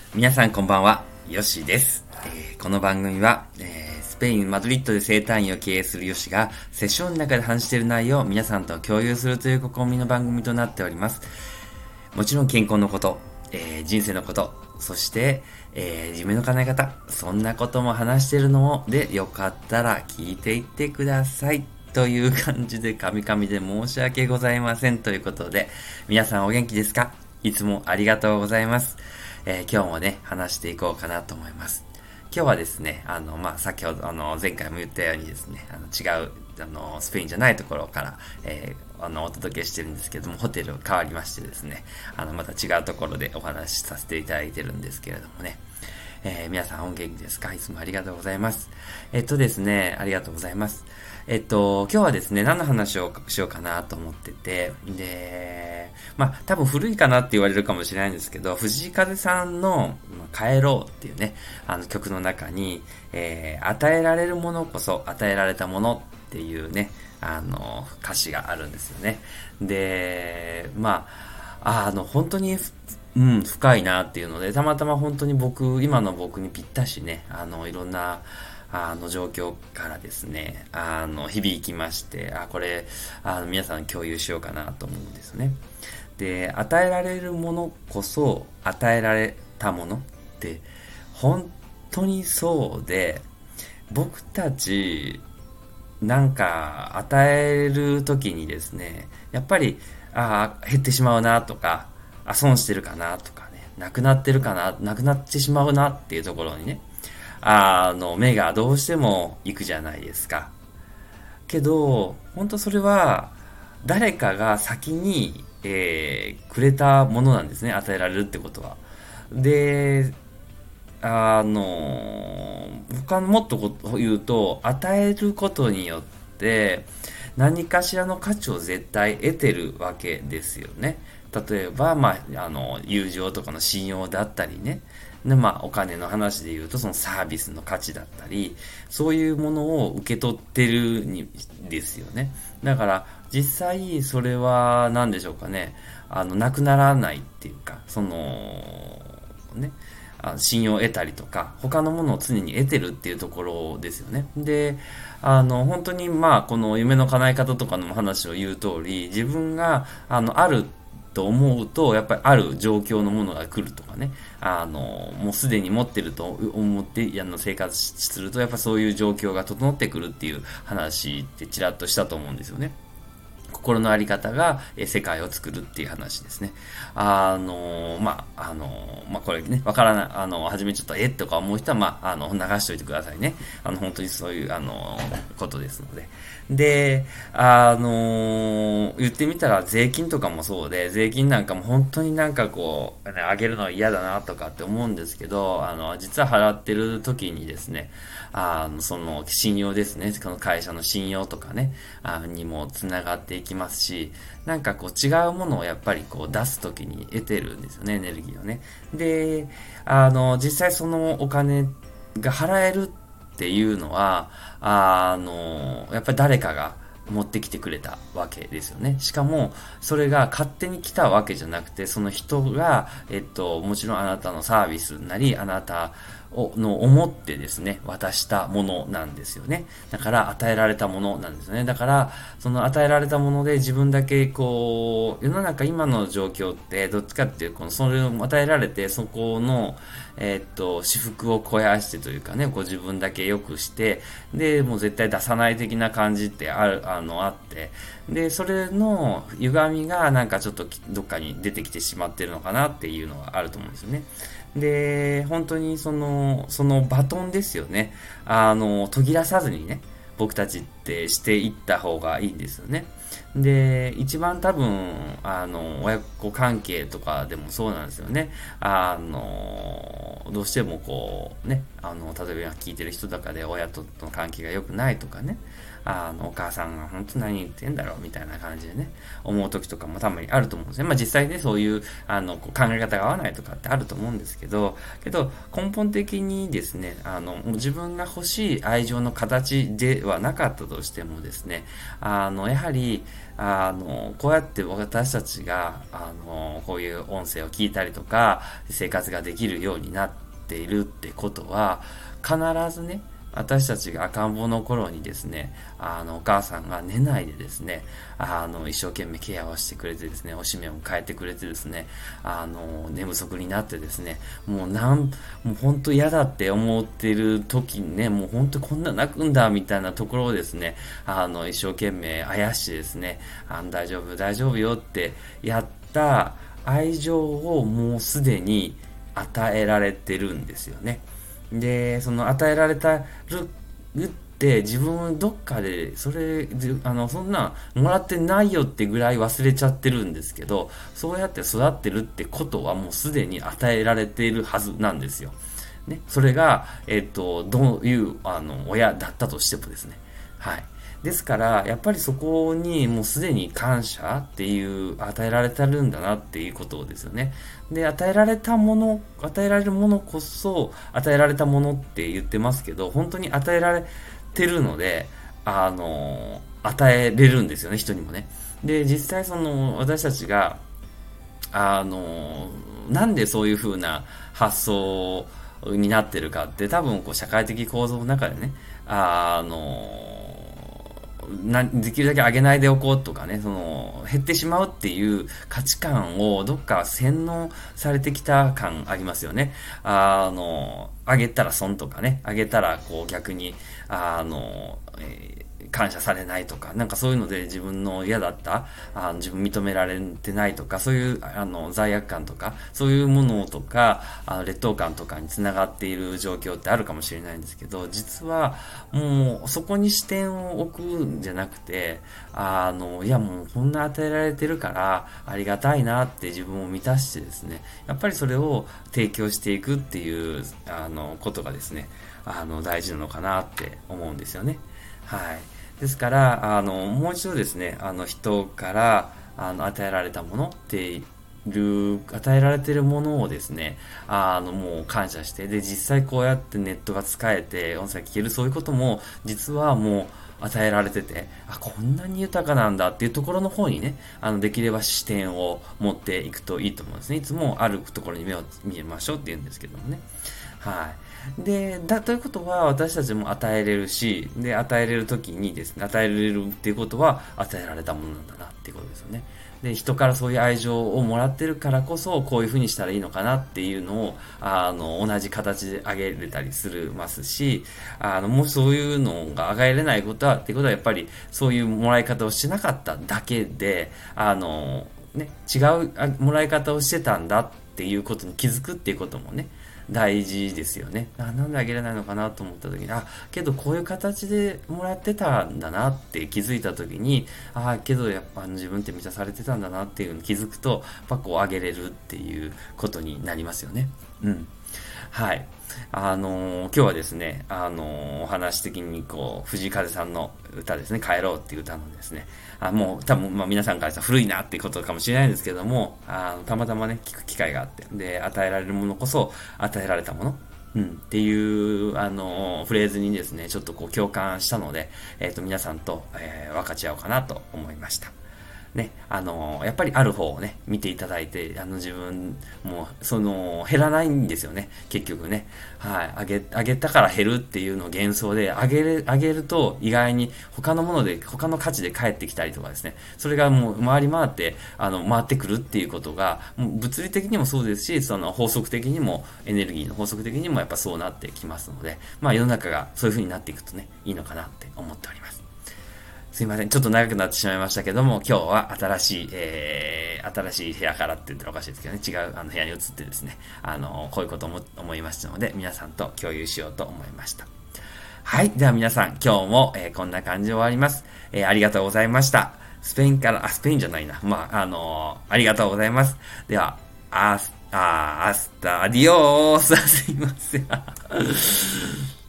皆さんこんばんは、ヨシです。この番組は、スペイン・マドリッドで生態院を経営するヨシがセッションの中で話している内容を皆さんと共有するという試みの番組となっております。もちろん健康のこと、人生のこと、そして、夢の叶え方、そんなことも話しているので、よかったら聞いていってください。という感じで、カミカミで申し訳ございません。ということで、皆さんお元気ですか？いつもありがとうございます。今日もね、話していこうかなと思います。今日はですね、先ほど、前回も言ったようにですね、違う、スペインじゃないところから、お届けしてるんですけども、ホテル変わりましてですね、また違うところでお話しさせていただいてるんですけれどもね、皆さんお元気ですか？いつもありがとうございます。ですね、ありがとうございます。今日はですね、何の話をしようかなと思ってて、で、多分古いかなって言われるかもしれないんですけど、藤井風さんの、帰ろうっていうね、曲の中に、与えられるものこそ与えられたものっていうね、歌詞があるんですよね。で、本当に、深いなっていうので、たまたま本当に今の僕にぴったしね、いろんな、状況からですね、響きまして、これ、皆さん共有しようかなと思うんですね。で、与えられるものこそ、与えられたものって、本当にそうで、僕たち、なんか、与えるときにですね、やっぱり、減ってしまうなとか、損してるかなとかね、なくなってるかな、なくなってしまうなっていうところにね、目がどうしても行くじゃないですか。けど、本当それは、誰かが先に、くれたものなんですね、与えられるってことは。で、他のもっと言うと、与えることによって、何かしらの価値を絶対得てるわけですよね。例えば、友情とかの信用だったりね。で、お金の話で言うと、そのサービスの価値だったり、そういうものを受け取ってるんですよね。だから、実際、それは、何でしょうかね。なくならないっていうか、ね、信用を得たりとか、他のものを常に得てるっていうところですよね。で、本当にこの夢の叶え方とかの話を言う通り、自分が、あると思うと、やっぱりある状況のものが来るとかね、もうすでに持ってると思って、生活すると、やっぱそういう状況が整ってくるっていう話ってちらっとしたと思うんですよね。心のあり方が世界を作るっていう話ですね。これね、わからない、初めちょっととか思う人は、流しといてくださいね。本当にそういう、ことですので。で、言ってみたら税金とかもそうで、税金なんかも本当になんかこう、上げるのは嫌だなとかって思うんですけど、実は払ってる時にですね、その信用ですね、この会社の信用とかね、にもつながっていきますし、なんかこう違うものをやっぱりこう出すときに得てるんですよね、エネルギーをね。で、実際そのお金が払えるっていうのは、やっぱり誰かが持ってきてくれたわけですよね。しかも、それが勝手に来たわけじゃなくて、その人が、もちろんあなたのサービスなり、あなたの思ってですね、渡したものなんですよね。だから与えられたものなんですよね。だから、その与えられたもので自分だけこう、世の中今の状況ってどっちかっていう、それを与えられて、そこの、私服を肥やしてというかね、こう自分だけ良くして、で、もう絶対出さない的な感じってあって、で、それの歪みがなんかちょっとどっかに出てきてしまってるのかなっていうのがあると思うんですよね。で、本当にそのバトンですよね。途切らさずにね、僕たちってしていった方がいいんですよね。で、一番多分、親子関係とかでもそうなんですよね。どうしてもこう、ね、例えば聞いてる人とかで親との関係が良くないとかね、 お母さんが本当何言ってんだろうみたいな感じでね、思う時とかもたまにあると思うんですね。実際ね、そういう、こう考え方が合わないとかってあると思うんですけど、根本的にですね、自分が欲しい愛情の形ではなかったとしてもですね、やはり、こうやって私たちが、こういう音声を聞いたりとか、生活ができるようになっているってことは、必ずね、私たちが赤ん坊の頃にですね、お母さんが寝ないでですね、一生懸命ケアをしてくれてですね、おしめを変えてくれてですね、寝不足になってですね、もう本当嫌だって思ってる時にね、もう本当こんな泣くんだみたいなところをですね、一生懸命あやしてですね、大丈夫大丈夫よってやった愛情をもうすでに与えられてるんですよね。で、その与えられたるって自分どっかで、それ、そんなもらってないよってぐらい忘れちゃってるんですけど、そうやって育ってるってことはもうすでに与えられているはずなんですよ。ね。それが、どういう、親だったとしてもですね。はい。ですから、やっぱりそこにもうすでに感謝っていう与えられてるんだなっていうことですよね。で、与えられるものこそ与えられたものって言ってますけど、本当に与えられてるので、与えれるんですよね、人にもね。で、実際私たちが、なんでそういう風な発想になってるかって多分社会的構造の中でね、できるだけ上げないでおこうとかね、減ってしまうっていう価値観をどっか洗脳されてきた感ありますよね。上げたら損とかね、上げたら逆に、感謝されないとか、なんかそういうので自分の嫌だった、自分認められてないとか、そういう、罪悪感とか、そういうものとか、劣等感とかにつながっている状況ってあるかもしれないんですけど、実は、もう、そこに視点を置くんじゃなくて、いやもうこんな与えられてるから、ありがたいなって自分を満たしてですね、やっぱりそれを提供していくっていう、ことがですね、大事なのかなって思うんですよね。はい。ですから、もう一度ですね、人から、与えられたものって与えられているものをですね、もう感謝して、で、実際こうやってネットが使えて、音声聞ける、そういうことも、実はもう与えられてて、こんなに豊かなんだっていうところの方にね、できれば視点を持っていくといいと思うんですね。いつもあるところに目を見えましょうって言うんですけどもね。はい。で、ということは私たちも与えれるし、で、与えれるときにですね、与えれるっていうことは与えられたものなんだなっていうことですよね。で、人からそういう愛情をもらってるからこそ、こういう風にしたらいいのかなっていうのを、同じ形であげれたりするますし、もしそういうのがあげれないことは、っていうことはやっぱりそういうもらい方をしなかっただけで、違うもらい方をしてたんだっていうことに気づくっていうこともね、大事ですよね。なんであげれないのかなと思った時に、けどこういう形でもらってたんだなって気づいた時に、けどやっぱ自分って満たされてたんだなっていうのに気づくと、やっぱあげれるっていうことになりますよね。うん。はい。今日はですね、お話的に藤井風さんの歌ですね、帰ろうっていう歌のですね、もう多分、皆さんからしたら古いなっていうことかもしれないんですけども、たまたまね、聞く機会があって、で、与えられるものこそ与えられたもの。っていう、フレーズにですね、ちょっと共感したので、皆さんと、分かち合おうかなと思いました。ね、やっぱりある方をね、見ていただいて、自分も、減らないんですよね、結局ね。はい。あげたから減るっていうのを幻想で、あげると意外に他の価値で返ってきたりとかですね。それがもう回り回って、回ってくるっていうことが、もう物理的にもそうですし、法則的にも、エネルギーの法則的にもやっぱそうなってきますので、世の中がそういう風になっていくとね、いいのかなって思っております。すいません。ちょっと長くなってしまいましたけども、今日は新しい部屋からって言ったらおかしいですけどね、違う部屋に移ってですね、こういうことも思いましたので、皆さんと共有しようと思いました。はい。では皆さん、今日も、こんな感じで終わります。ありがとうございました。スペインじゃないな。ありがとうございます。では、アスタ、アディオース。すいません。